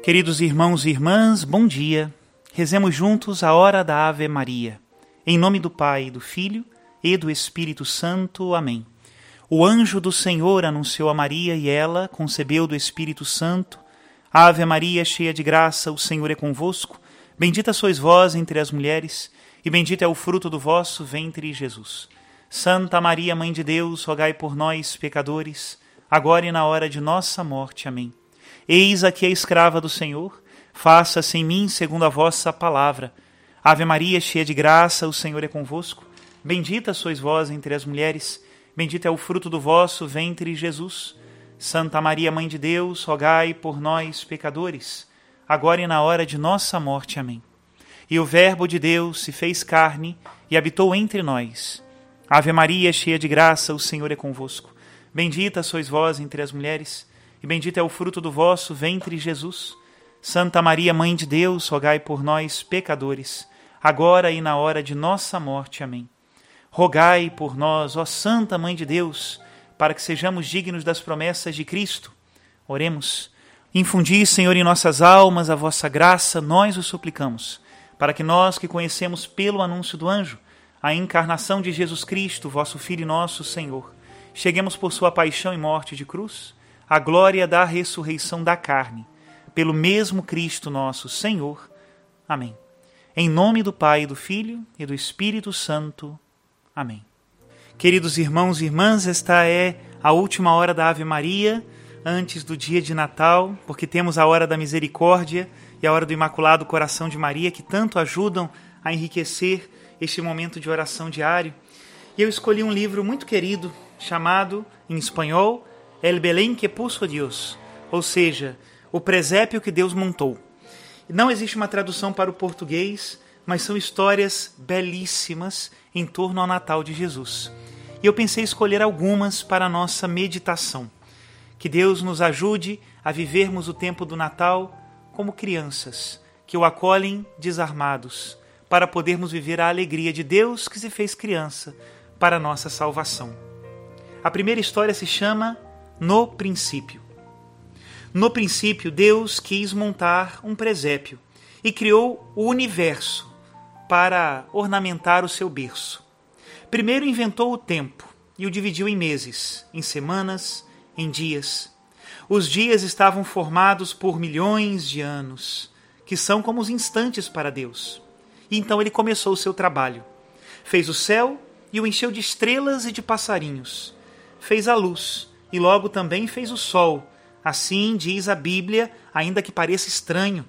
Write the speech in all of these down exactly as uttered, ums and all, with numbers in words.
Queridos irmãos e irmãs, bom dia. Rezemos juntos a hora da Ave Maria. Em nome do Pai, do Filho e do Espírito Santo. Amém. O anjo do Senhor anunciou a Maria e ela concebeu do Espírito Santo. Ave Maria, cheia de graça, o Senhor é convosco. Bendita sois vós entre as mulheres, e bendito é o fruto do vosso ventre, Jesus. Santa Maria, Mãe de Deus, rogai por nós, pecadores, agora e na hora de nossa morte. Amém. Eis aqui a escrava do Senhor, faça-se em mim segundo a vossa palavra. Ave Maria, cheia de graça, o Senhor é convosco. Bendita sois vós entre as mulheres, bendito é o fruto do vosso ventre, Jesus. Santa Maria, Mãe de Deus, rogai por nós, pecadores, agora e na hora de nossa morte. Amém. E o Verbo de Deus se fez carne e habitou entre nós. Ave Maria, cheia de graça, o Senhor é convosco. Bendita sois vós entre as mulheres, e bendito é o fruto do vosso ventre, Jesus. Santa Maria, Mãe de Deus, rogai por nós, pecadores, agora e na hora de nossa morte. Amém. Rogai por nós, ó Santa Mãe de Deus, para que sejamos dignos das promessas de Cristo. Oremos. Infundi, Senhor, em nossas almas a vossa graça, nós o suplicamos, para que nós que conhecemos pelo anúncio do anjo a encarnação de Jesus Cristo, vosso Filho e nosso Senhor, cheguemos por sua paixão e morte de cruz, a glória da ressurreição da carne, pelo mesmo Cristo nosso Senhor. Amém. Em nome do Pai, do Filho e do Espírito Santo. Amém. Queridos irmãos e irmãs, esta é a última hora da Ave Maria, antes do dia de Natal, porque temos a hora da misericórdia e a hora do Imaculado Coração de Maria, que tanto ajudam a enriquecer este momento de oração diário. E eu escolhi um livro muito querido, chamado, em espanhol, El Belén que puso Dios, ou seja, o presépio que Deus montou. Não existe uma tradução para o português, mas são histórias belíssimas em torno ao Natal de Jesus. E eu pensei em escolher algumas para a nossa meditação. Que Deus nos ajude a vivermos o tempo do Natal como crianças, que o acolhem desarmados, para podermos viver a alegria de Deus que se fez criança para a nossa salvação. A primeira história se chama No Princípio. No princípio, Deus quis montar um presépio e criou o universo para ornamentar o seu berço. Primeiro inventou o tempo e o dividiu em meses, em semanas, em dias. Os dias estavam formados por milhões de anos, que são como os instantes para Deus. E então ele começou o seu trabalho. Fez o céu e o encheu de estrelas e de passarinhos. Fez a luz e logo também fez o sol, assim diz a Bíblia, ainda que pareça estranho.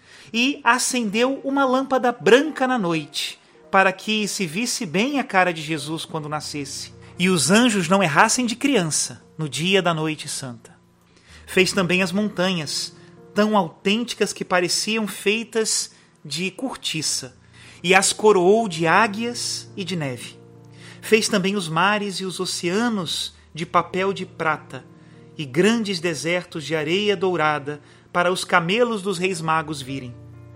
E acendeu uma lâmpada branca na noite, para que se visse bem a cara de Jesus quando nascesse, e os anjos não errassem de criança no dia da noite santa. Fez também as montanhas, tão autênticas que pareciam feitas de cortiça, e as coroou de águias e de neve. Fez também os mares e os oceanos de papel de prata, e grandes desertos de areia dourada para os camelos dos reis magos virem.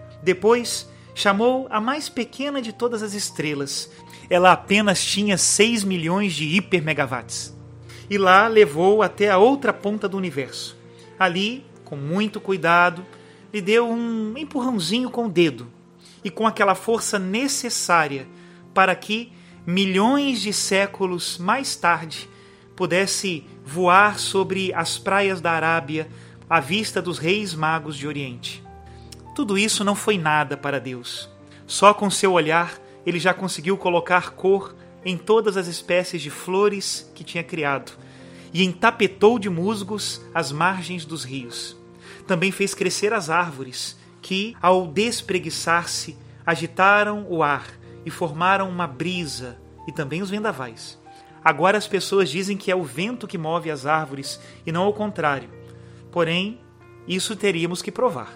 Depois chamou a mais pequena de todas as estrelas. Ela apenas tinha seis milhões de hipermegawatts. E lá levou até a outra ponta do universo. Ali, com muito cuidado, lhe deu um empurrãozinho com o dedo e com aquela força necessária para que, milhões de séculos mais tarde, pudesse voar sobre as praias da Arábia à vista dos reis magos de Oriente. Tudo isso não foi nada para Deus. Só com seu olhar ele já conseguiu colocar cor em todas as espécies de flores que tinha criado e entapetou de musgos as margens dos rios. Também fez crescer as árvores que, ao despreguiçar-se, agitaram o ar e formaram uma brisa, e também os vendavais. Agora as pessoas dizem que é o vento que move as árvores e não ao contrário. Porém, isso teríamos que provar.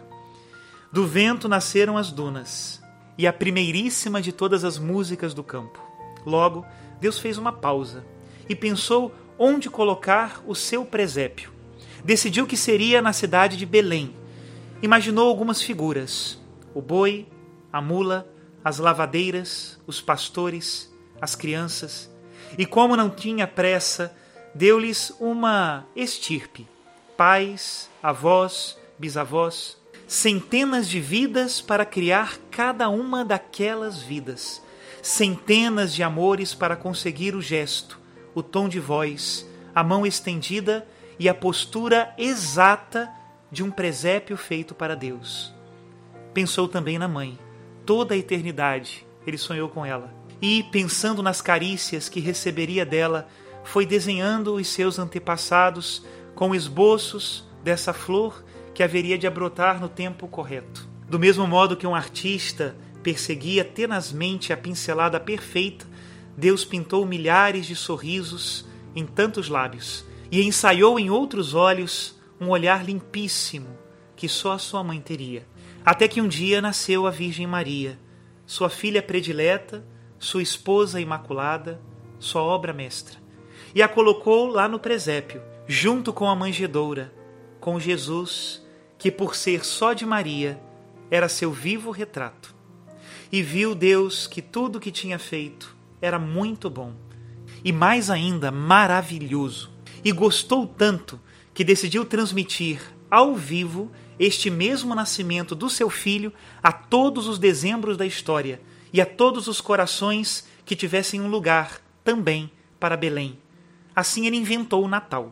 Do vento nasceram as dunas e a primeiríssima de todas as músicas do campo. Logo, Deus fez uma pausa e pensou onde colocar o seu presépio. Decidiu que seria na cidade de Belém. Imaginou algumas figuras: o boi, a mula, as lavadeiras, os pastores, as crianças. E como não tinha pressa, deu-lhes uma estirpe: pais, avós, bisavós. centenas de vidas para criar cada uma daquelas vidas, centenas de amores para conseguir o gesto, o tom de voz, a mão estendida e a postura exata de um presépio feito para Deus. Pensou também na mãe. Toda a eternidade ele sonhou com ela. E, pensando nas carícias que receberia dela, foi desenhando os seus antepassados com esboços dessa flor que haveria de brotar no tempo correto. Do mesmo modo que um artista perseguia tenazmente a pincelada perfeita, Deus pintou milhares de sorrisos em tantos lábios e ensaiou em outros olhos um olhar limpíssimo que só a sua mãe teria. Até que um dia nasceu a Virgem Maria, sua filha predileta, sua esposa imaculada, sua obra mestra, e a colocou lá no presépio, junto com a manjedoura, com Jesus, que por ser só de Maria, era seu vivo retrato. E viu Deus que tudo que tinha feito era muito bom, e mais ainda maravilhoso, e gostou tanto que decidiu transmitir ao vivo este mesmo nascimento do seu filho a todos os dezembros da história e a todos os corações que tivessem um lugar também para Belém. Assim ele inventou o Natal.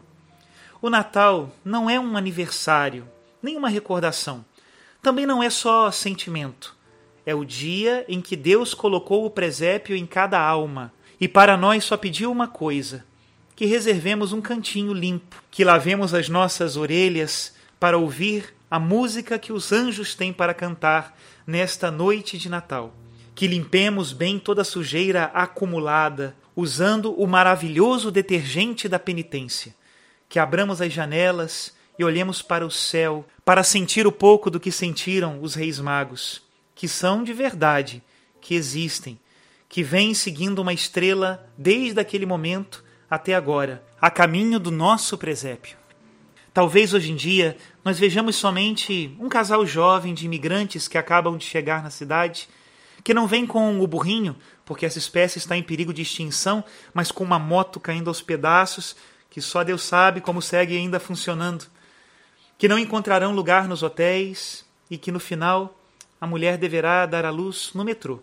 O Natal não é um aniversário, nem uma recordação. Também não é só sentimento. É o dia em que Deus colocou o presépio em cada alma e para nós só pediu uma coisa: que reservemos um cantinho limpo, que lavemos as nossas orelhas para ouvir a música que os anjos têm para cantar nesta noite de Natal, que limpemos bem toda a sujeira acumulada, usando o maravilhoso detergente da penitência, que abramos as janelas e olhemos para o céu para sentir o pouco do que sentiram os reis magos, que são de verdade, que existem, que vêm seguindo uma estrela desde aquele momento até agora, a caminho do nosso presépio. Talvez hoje em dia nós vejamos somente um casal jovem de imigrantes que acabam de chegar na cidade, que não vem com o burrinho, porque essa espécie está em perigo de extinção, mas com uma moto caindo aos pedaços, que só Deus sabe como segue ainda funcionando, que não encontrarão lugar nos hotéis e que no final a mulher deverá dar à luz no metrô.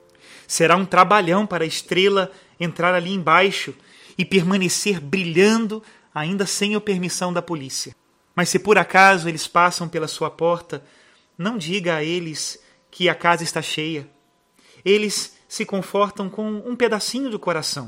Será um trabalhão para a estrela entrar ali embaixo e permanecer brilhando ainda sem a permissão da polícia. Mas se por acaso eles passam pela sua porta, não diga a eles que a casa está cheia. Eles se confortam com um pedacinho do coração.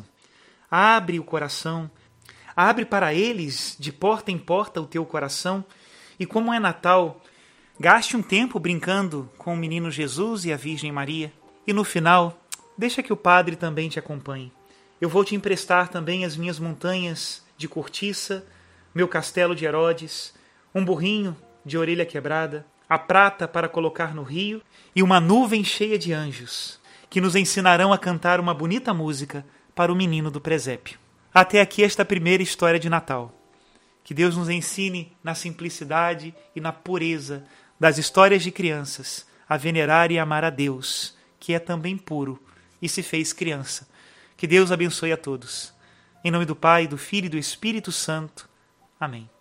Abre o coração, abre para eles de porta em porta o teu coração, e como é Natal, gaste um tempo brincando com o menino Jesus e a Virgem Maria, e no final, deixa que o Padre também te acompanhe. Eu vou te emprestar também as minhas montanhas de cortiça, meu castelo de Herodes, um burrinho de orelha quebrada, a prata para colocar no rio e uma nuvem cheia de anjos, que nos ensinarão a cantar uma bonita música para o menino do presépio. Até aqui esta primeira história de Natal. Que Deus nos ensine na simplicidade e na pureza das histórias de crianças a venerar e amar a Deus, que é também puro e se fez criança. Que Deus abençoe a todos. Em nome do Pai, do Filho e do Espírito Santo. Amém.